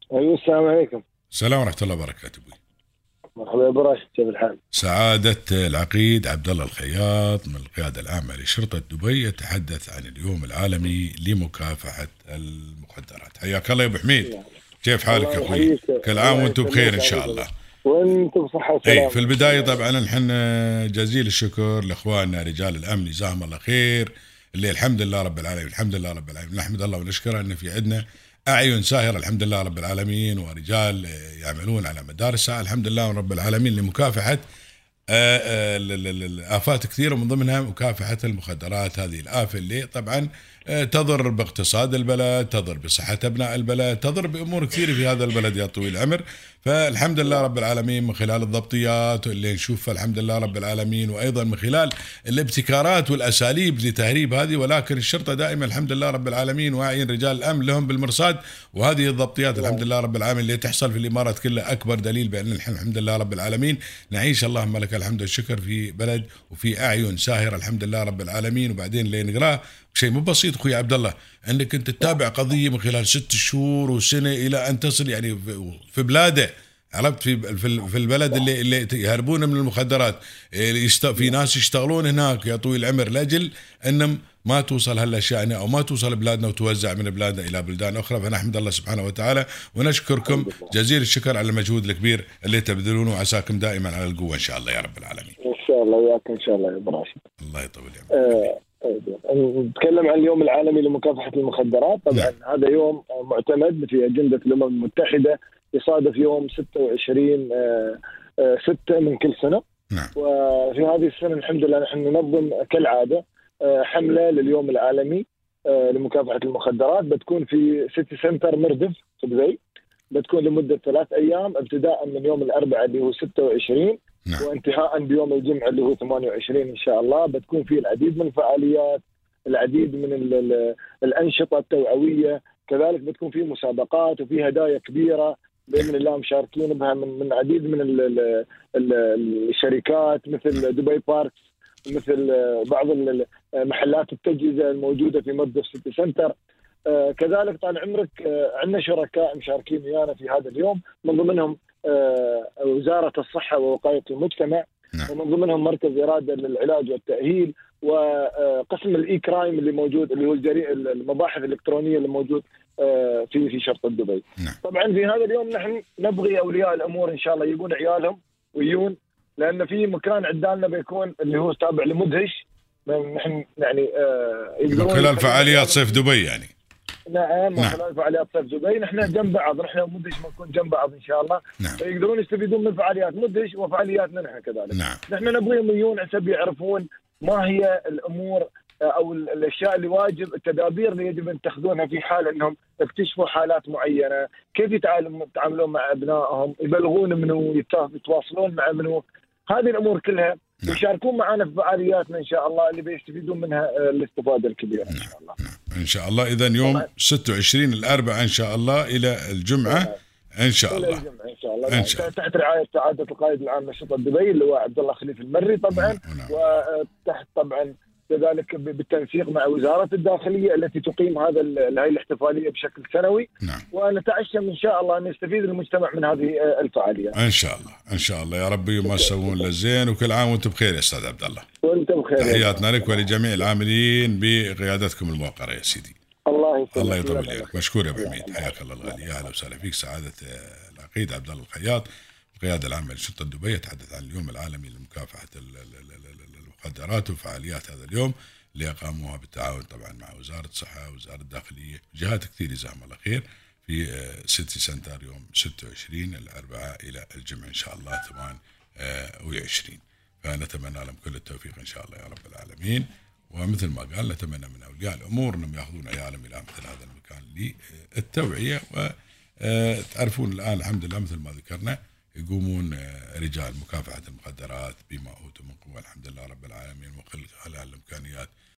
ايوه، السلام عليكم. السلام ورحمة الله وبركاته ابوي. مرحبا يا ابو راشد، كيف الحال؟ سعادة العقيد عبد الله الخياط من القيادة العامة لشرطة دبي يتحدث عن اليوم العالمي لمكافحة المخدرات. حياك الله يا ابو حميد. نعم. كيف حالك الله يا اخوي؟ يحييك. كل عام الله وانتم بخير يسلمك ان شاء عليك. الله. وانت بصحة اي في وسلامة ان شاء البداية الله يا رب. طبعا نحن جزيل الشكر لاخواننا رجال الامن جزاهم الله خير، اللي الحمد لله رب العالمين، الحمد لله رب العالمين، نحمد الله ونشكره ان في عندنا اعين ساهره الحمد لله رب العالمين، ورجال يعملون على مدار الساعه الحمد لله رب العالمين لمكافحه الآفات كثيرة، من ضمنها مكافحة المخدرات. هذه الآفة اللي طبعا تضر باقتصاد البلد، تضر بصحة أبناء البلد، تضر بأمور كثيرة في هذا البلد يا طويل العمر. فالحمد لله رب العالمين من خلال الضبطيات اللي نشوفها الحمد لله رب العالمين، وأيضا من خلال الابتكارات والأساليب لتهريب هذه، ولكن الشرطة دائما الحمد لله رب العالمين واعيين رجال الأمن لهم بالمرصاد. وهذه الضبطيات الحمد لله رب العالمين اللي تحصل في الإمارات كلها أكبر دليل بأن الحمد لله رب العالمين نعيش اللهم لك الحمد والشكر في بلد وفي أعين ساهرة الحمد لله رب العالمين. وبعدين اللي نقراه شيء مو بسيط اخوي عبد الله، انك انت تتابع قضيه من خلال 6 شهور وسنه الى ان تصل يعني في بلاده، عرفت، في البلد اللي يهربون من المخدرات. في ناس يشتغلون هناك يا طويل العمر لاجل انهم ما توصل هالاشياء هنا، او ما توصل بلادنا وتوزع من بلادنا الى بلدان اخرى. فنحمد الله سبحانه وتعالى ونشكركم الحمد لله. جزيل الشكر على المجهود الكبير اللي تبذلونه، وعساكم دائما على القوه ان شاء الله يا رب العالمين. ان شاء الله وياك ان شاء الله يا ابو راشد. الله يطول عمرك. نتكلم عن اليوم العالمي لمكافحة المخدرات. طبعا نعم. هذا يوم معتمد في أجندة الأمم المتحدة، يصادف يوم 26/6 من كل سنة. نعم. وفي هذه السنة الحمد لله نحن ننظم كالعادة حملة لليوم العالمي لمكافحة المخدرات. بتكون في سيتي سنتر مردف في دبي، بتكون لمدة 3 أيام، ابتداء من يوم الأربعاء اللي هو 26، نعم. وانتهاء بيوم الجمعة اللي هو 28 إن شاء الله. بتكون فيه العديد من الفعاليات، العديد من الأنشطة التوعوية، كذلك بتكون فيه مسابقات وفيه هدايا كبيرة بإذن الله مشاركين بها من عديد من الشركات، مثل دبي باركس، مثل بعض محلات التجهيزة الموجودة في مردف سيتي سنتر. كذلك طال عمرك عندنا شركاء مشاركين ويانا في هذا اليوم، من ضمنهم وزارة الصحة ووقاية المجتمع، نعم. ومن ضمنهم مركز إرادة للعلاج والتأهيل، وقسم الإي كرايم اللي موجود، اللي هو المباحث الإلكترونية اللي موجود في شرطة دبي. نعم. طبعا في هذا اليوم نحن نبغي أولياء الأمور إن شاء الله يجيبون عيالهم ويجون، لأن في مكان عندنا بيكون اللي هو تابع لمدهش، نحن يعني من خلال فعاليات صيف دبي يعني. نعم، من نعم. خلال فعاليات صيف دبي. نحن جنب بعض، نحن ومدهش بنكون جنب بعض ان شاء الله. نعم. فيقدرون يستفيدون من فعاليات مدهش وفعالياتنا نحن كذلك. نعم. نحن نبغيهم يجون عشان يعرفون ما هي الامور او الاشياء اللي واجب، التدابير اللي يجب ان تاخذونها في حال انهم اكتشفوا حالات معينه، كيف يتعاملون مع ابنائهم، يبلغون منه، يتواصلون مع منه، هذه الامور كلها. نعم. يشاركون معنا في فعالياتنا ان شاء الله اللي بيستفيدون منها الاستفاده الكبيره ان شاء الله. إن شاء الله. إذا يوم طبعاً. 26 الأربعاء إن شاء الله إلى الجمعة إن شاء إلى الله. الجمعة إن شاء الله. إن شاء الله. تحت رعاية سعادة القائد العام لشرطة دبي اللي هو عبد الله خليفة المري طبعا. نعم. وتحت طبعا كذلك بالتنسيق مع وزارة الداخلية التي تقيم هذه الاحتفالية بشكل سنوي. نعم. ونتعشم إن شاء الله أن يستفيد المجتمع من هذه الفعاليات. إن شاء الله. إن شاء الله يا ربي، وما تسوون للزين، وكل عام وأنتم بخير يا أستاذ عبد الله. وأنت بخير. تحياتنا لك ولجميع العاملين بقيادتكم الموقرة يا سيدي. الله يسلمك. الله يطول عليك. مشكور يا ابو حميد، حياك الله الغالي. يا اهلا وسهلا فيك. سعاده العقيد عبد الله الخياط، القياده العامه لشرطه دبي، يتحدث عن اليوم العالمي لمكافحه المخدرات وفعاليات هذا اليوم اللي اقاموها بالتعاون طبعا مع وزاره الصحه ووزاره الداخليه وجهات كثير جزاهم الله خير، في سيتي سنتر يوم 26 الاربعاء الى الجمعه ان شاء الله 28. فنتمنى لهم كل التوفيق ان شاء الله يا رب العالمين. ومثل ما قال نتمنى من أولياء الأمور أنهم يأخذون عيالهم إلى مثل هذا المكان للتوعية. وتعرفون الآن الحمد لله مثل ما ذكرنا يقومون رجال مكافحة المخدرات بما أوتوا من قوة الحمد لله رب العالمين، وخلق على الإمكانيات